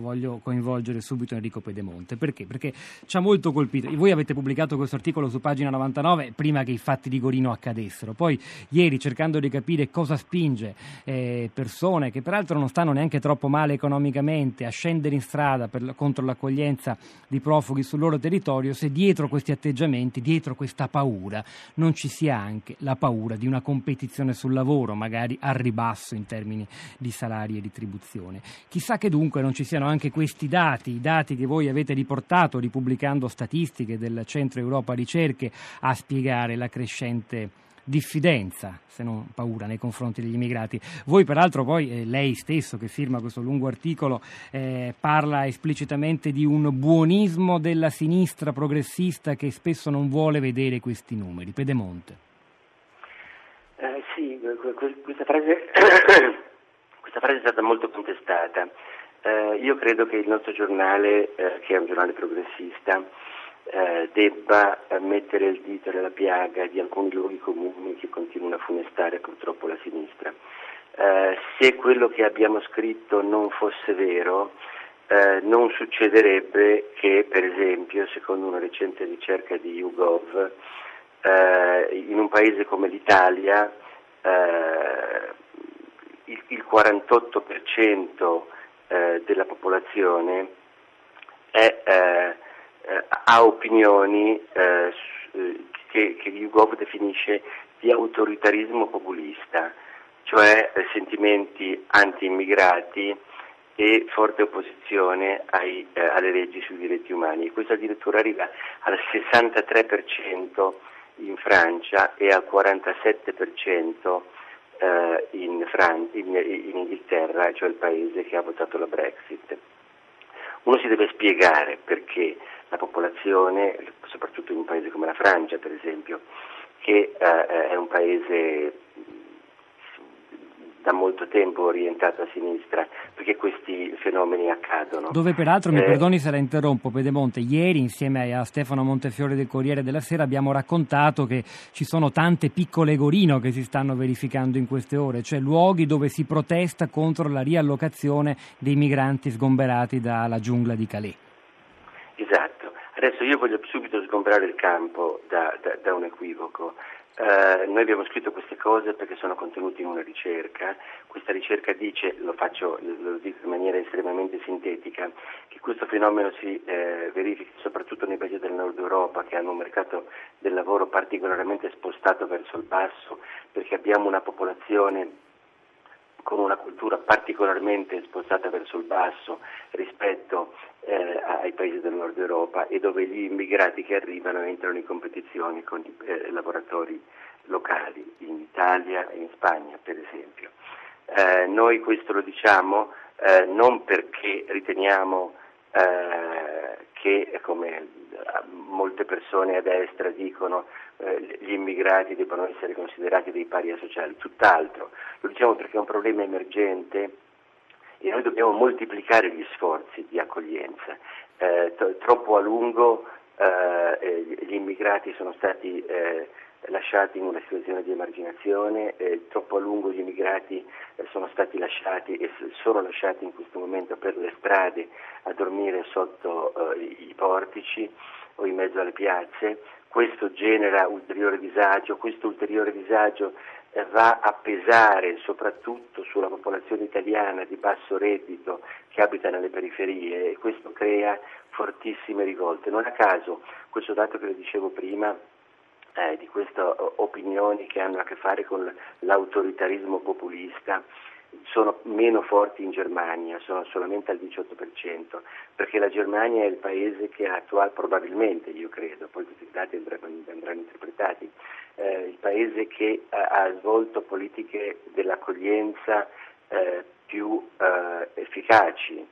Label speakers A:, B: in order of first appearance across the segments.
A: voglio coinvolgere subito Enrico Pedemonte. Perché? Perché ci ha molto colpito. Voi avete pubblicato questo articolo su pagina 99 prima che i fatti di Gorino accadessero. Poi ieri, cercando di capire cosa spinge persone che peraltro non stanno neanche troppo male economicamente a scendere in strada contro l'accoglienza di profughi sul loro territorio, se dietro questi atteggiamenti, dietro questa paura, non ci sia anche la paura di una competizione sul lavoro, magari al ribasso in termini di salari e retribuzione. Chissà che dunque non ci siano anche questi dati, i dati che voi avete riportato ripubblicando statistiche del Centro Europa Ricerche, a spiegare la crescente diffidenza, se non paura, nei confronti degli immigrati. Voi peraltro poi, lei stesso che firma questo lungo articolo, parla esplicitamente di un buonismo della sinistra progressista che spesso non vuole vedere questi numeri. Pedemonte.
B: Sì, questa frase è stata molto contestata. Io credo che il nostro giornale, che è un giornale progressista, debba mettere il dito nella piaga di alcuni luoghi comuni che continuano a funestare purtroppo la sinistra. Se quello che abbiamo scritto non fosse vero, non succederebbe che, per esempio, secondo una recente ricerca di YouGov, in un paese come l'Italia il 48% della popolazione ha opinioni che YouGov definisce di autoritarismo populista, cioè sentimenti anti-immigrati e forte opposizione alle leggi sui diritti umani. Questo addirittura arriva al 63% in Francia e al 47% in Inghilterra, cioè il paese che ha votato la Brexit. Uno si deve spiegare perché la popolazione, soprattutto in un paese come la Francia per esempio, che è un paese da molto tempo orientato a sinistra, perché questi fenomeni accadono.
A: Dove peraltro, mi perdoni se la interrompo Pedemonte, ieri insieme a Stefano Montefiore del Corriere della Sera abbiamo raccontato che ci sono tante piccole Gorino che si stanno verificando in queste ore, cioè luoghi dove si protesta contro la riallocazione dei migranti sgomberati dalla giungla di Calais.
B: Esatto, adesso io voglio subito sgombrare il campo da un equivoco. Noi abbiamo scritto queste cose perché sono contenute in una ricerca. Questa ricerca dice, lo dico in maniera estremamente sintetica, che questo fenomeno si verifica soprattutto nei paesi del nord Europa che hanno un mercato del lavoro particolarmente spostato verso il basso, perché abbiamo una popolazione con una cultura particolarmente spostata verso il basso rispetto ai paesi del nord Europa, e dove gli immigrati che arrivano entrano in competizione con i lavoratori locali, in Italia e in Spagna per esempio. Noi questo lo diciamo non perché riteniamo che, come molte persone a destra dicono, gli immigrati debbano essere considerati dei paria sociali, tutt'altro, lo diciamo perché è un problema emergente e noi dobbiamo moltiplicare gli sforzi di accoglienza. Troppo a lungo gli immigrati sono stati lasciati in una situazione di emarginazione, troppo a lungo gli immigrati sono stati lasciati e sono lasciati in questo momento per le strade a dormire sotto i portici o in mezzo alle piazze. Questo genera ulteriore disagio, questo ulteriore disagio va a pesare soprattutto sulla popolazione italiana di basso reddito che abita nelle periferie, e questo crea fortissime rivolte. Non a caso questo dato che le dicevo prima di queste opinioni che hanno a che fare con l'autoritarismo populista sono meno forti in Germania, sono solamente al 18%, perché la Germania è il paese che attua probabilmente, io credo, poi questi dati andranno interpretati, il paese che ha svolto politiche dell'accoglienza più efficaci,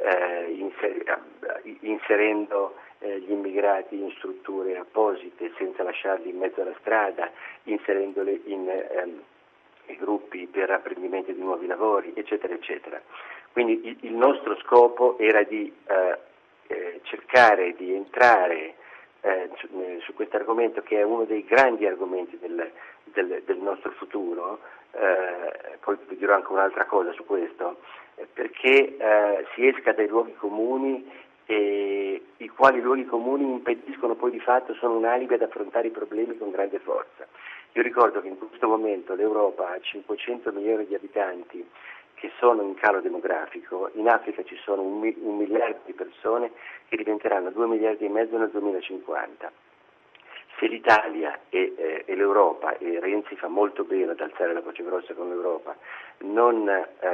B: inserendo gli immigrati in strutture apposite senza lasciarli in mezzo alla strada, inserendoli in gruppi per apprendimento di nuovi lavori, eccetera, eccetera. Quindi il nostro scopo era di cercare di entrare su questo argomento, che è uno dei grandi argomenti del nostro futuro. Poi vi dirò anche un'altra cosa su questo. perché si esca dai luoghi comuni, i quali luoghi comuni impediscono poi di fatto, sono un alibi ad affrontare i problemi con grande forza. Io ricordo che in questo momento l'Europa ha 500 milioni di abitanti che sono in calo demografico, in Africa ci sono un miliardo di persone che diventeranno 2 miliardi e mezzo nel 2050. Se l'Italia e l'Europa, e Renzi fa molto bene ad alzare la voce grossa con l'Europa, non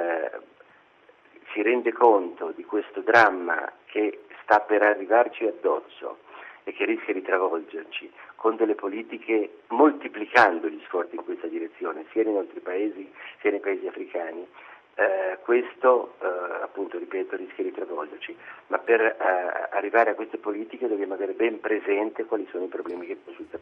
B: si rende conto di questo dramma che sta per arrivarci addosso e che rischia di travolgerci con delle politiche, moltiplicando gli sforzi in questa direzione, sia nei nostri paesi sia nei paesi africani, questo appunto, ripeto, rischia di travolgerci, ma per arrivare a queste politiche dobbiamo avere ben presente quali sono i problemi che consultano.